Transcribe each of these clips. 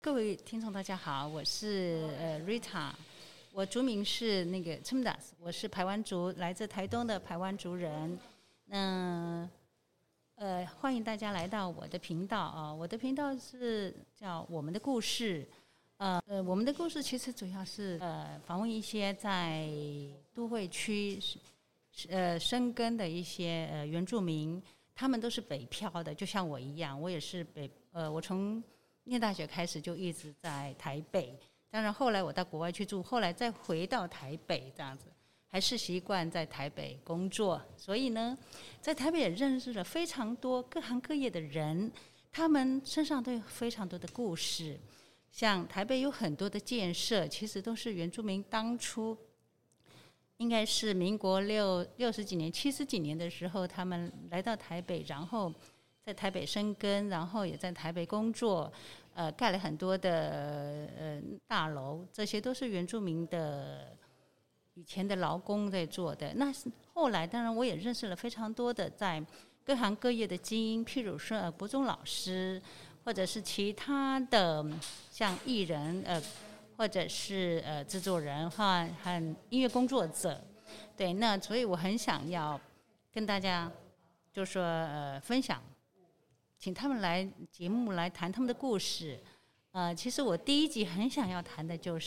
各位听众，大家好，我是Rita，我族名是那个 Chumdas， 我是排湾族，来自台东的排湾族人。欢迎大家来到我的频道啊，我的频道是叫我们的故事。我们的故事其实主要是访问一些在都会区生根的一些原住民，他们都是北漂的，就像我一样，我也是我从念大学开始就一直在台北，当然后来我到国外去住，后来再回到台北这样子，还是习惯在台北工作，所以呢，在台北也认识了非常多各行各业的人，他们身上都有非常多的故事。像台北有很多的建设，其实都是原住民当初应该是民国60几年、70几年的时候，他们来到台北，然后在台北生根，然后也在台北工作，盖了很多的大楼，这些都是原住民的以前的劳工在做的。那后来当然我也认识了非常多的在各行各业的精英，譬如说国中老师，或者是其他的像艺人，或者是制作人和音乐工作者。对，那所以我很想要跟大家就说分享，请他们来节目来谈他们的故事。其实我第一集很想要谈的就是，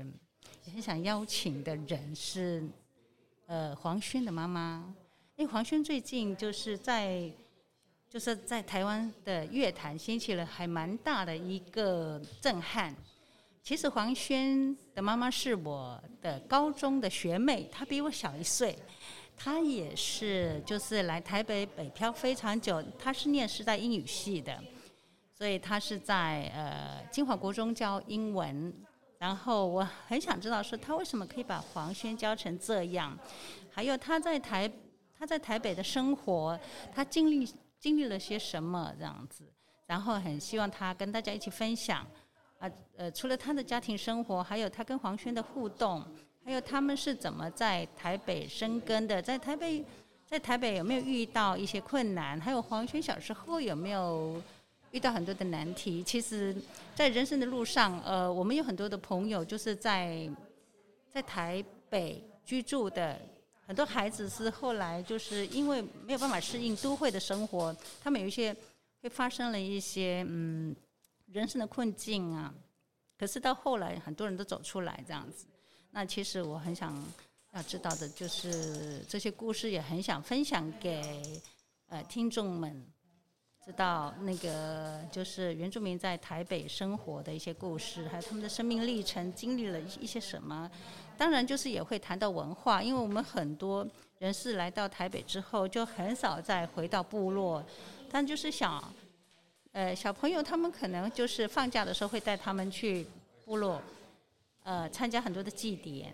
也很想邀请的人是黄轩的妈妈。因为黄轩最近就是在台湾的乐坛掀起了还蛮大的一个震撼。其实黄轩的妈妈是我的高中的学妹，她比我小1岁。她也是就是来台北北漂非常久，她是念师大英语系的，所以她是在金华国中教英文。然后我很想知道说她为什么可以把黄轩教成这样，还有她在台北的生活，她经历了些什么这样子，然后很希望她跟大家一起分享。除了她的家庭生活，还有她跟黄轩的互动，还有他们是怎么在台北生根的，在台北有没有遇到一些困难，还有黄轩小时候有没有遇到很多的难题。其实在人生的路上，我们有很多的朋友就是在台北居住的，很多孩子是后来就是因为没有办法适应都会的生活，他们有一些会发生了一些人生的困境啊，可是到后来很多人都走出来这样子。那其实我很想要知道的就是这些故事，也很想分享给听众们知道，那个就是原住民在台北生活的一些故事，还有他们的生命历程经历了一些什么。当然就是也会谈到文化，因为我们很多人是来到台北之后就很少再回到部落，但就是想小朋友他们可能就是放假的时候会带他们去部落参加很多的祭典。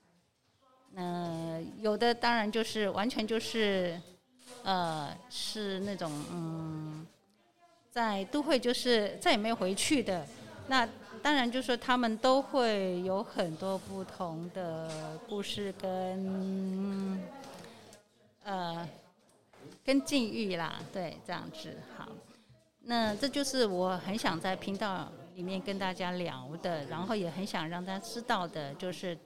有的当然就是完全就是是那种在都会就是再也没有回去的。那当然就是说他们都会有很多不同的故事跟境遇啦，对，这样子。好，那这就是我很想在频道里面跟大家聊的，然后也很想让大家知道的，就是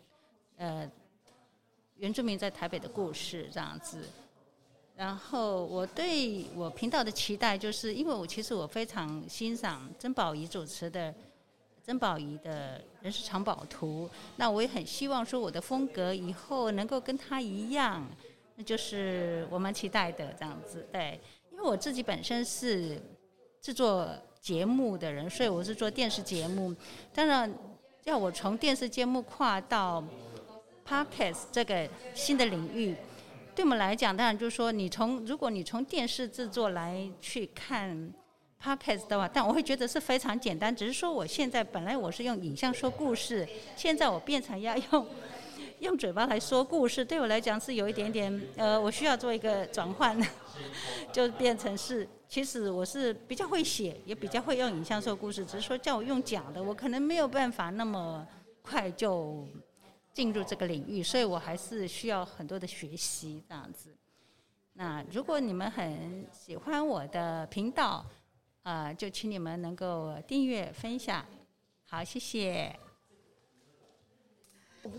原住民在台北的故事这样子。然后我对我频道的期待，就是因为其实我非常欣赏曾宝仪主持的曾宝仪的人是藏宝图，那我也很希望说我的风格以后能够跟他一样，那就是我蛮期待的这样子。对，因为我自己本身是制作节目的人，所以我是做电视节目。当然要我从电视节目跨到 Podcast 这个新的领域，对我们来讲当然就是说如果你从电视制作来去看 Podcast 的话，但我会觉得是非常简单，只是说我现在本来我是用影像说故事，现在我变成要用嘴巴来说故事，对我来讲是有一点点我需要做一个转换，就变成是其实我是比较会写，也比较会用影像说故事，只是说叫我用讲的，我可能没有办法那么快就进入这个领域，所以我还是需要很多的学习这样子。那如果你们很喜欢我的频道，就请你们能够订阅、分享， 好，谢谢。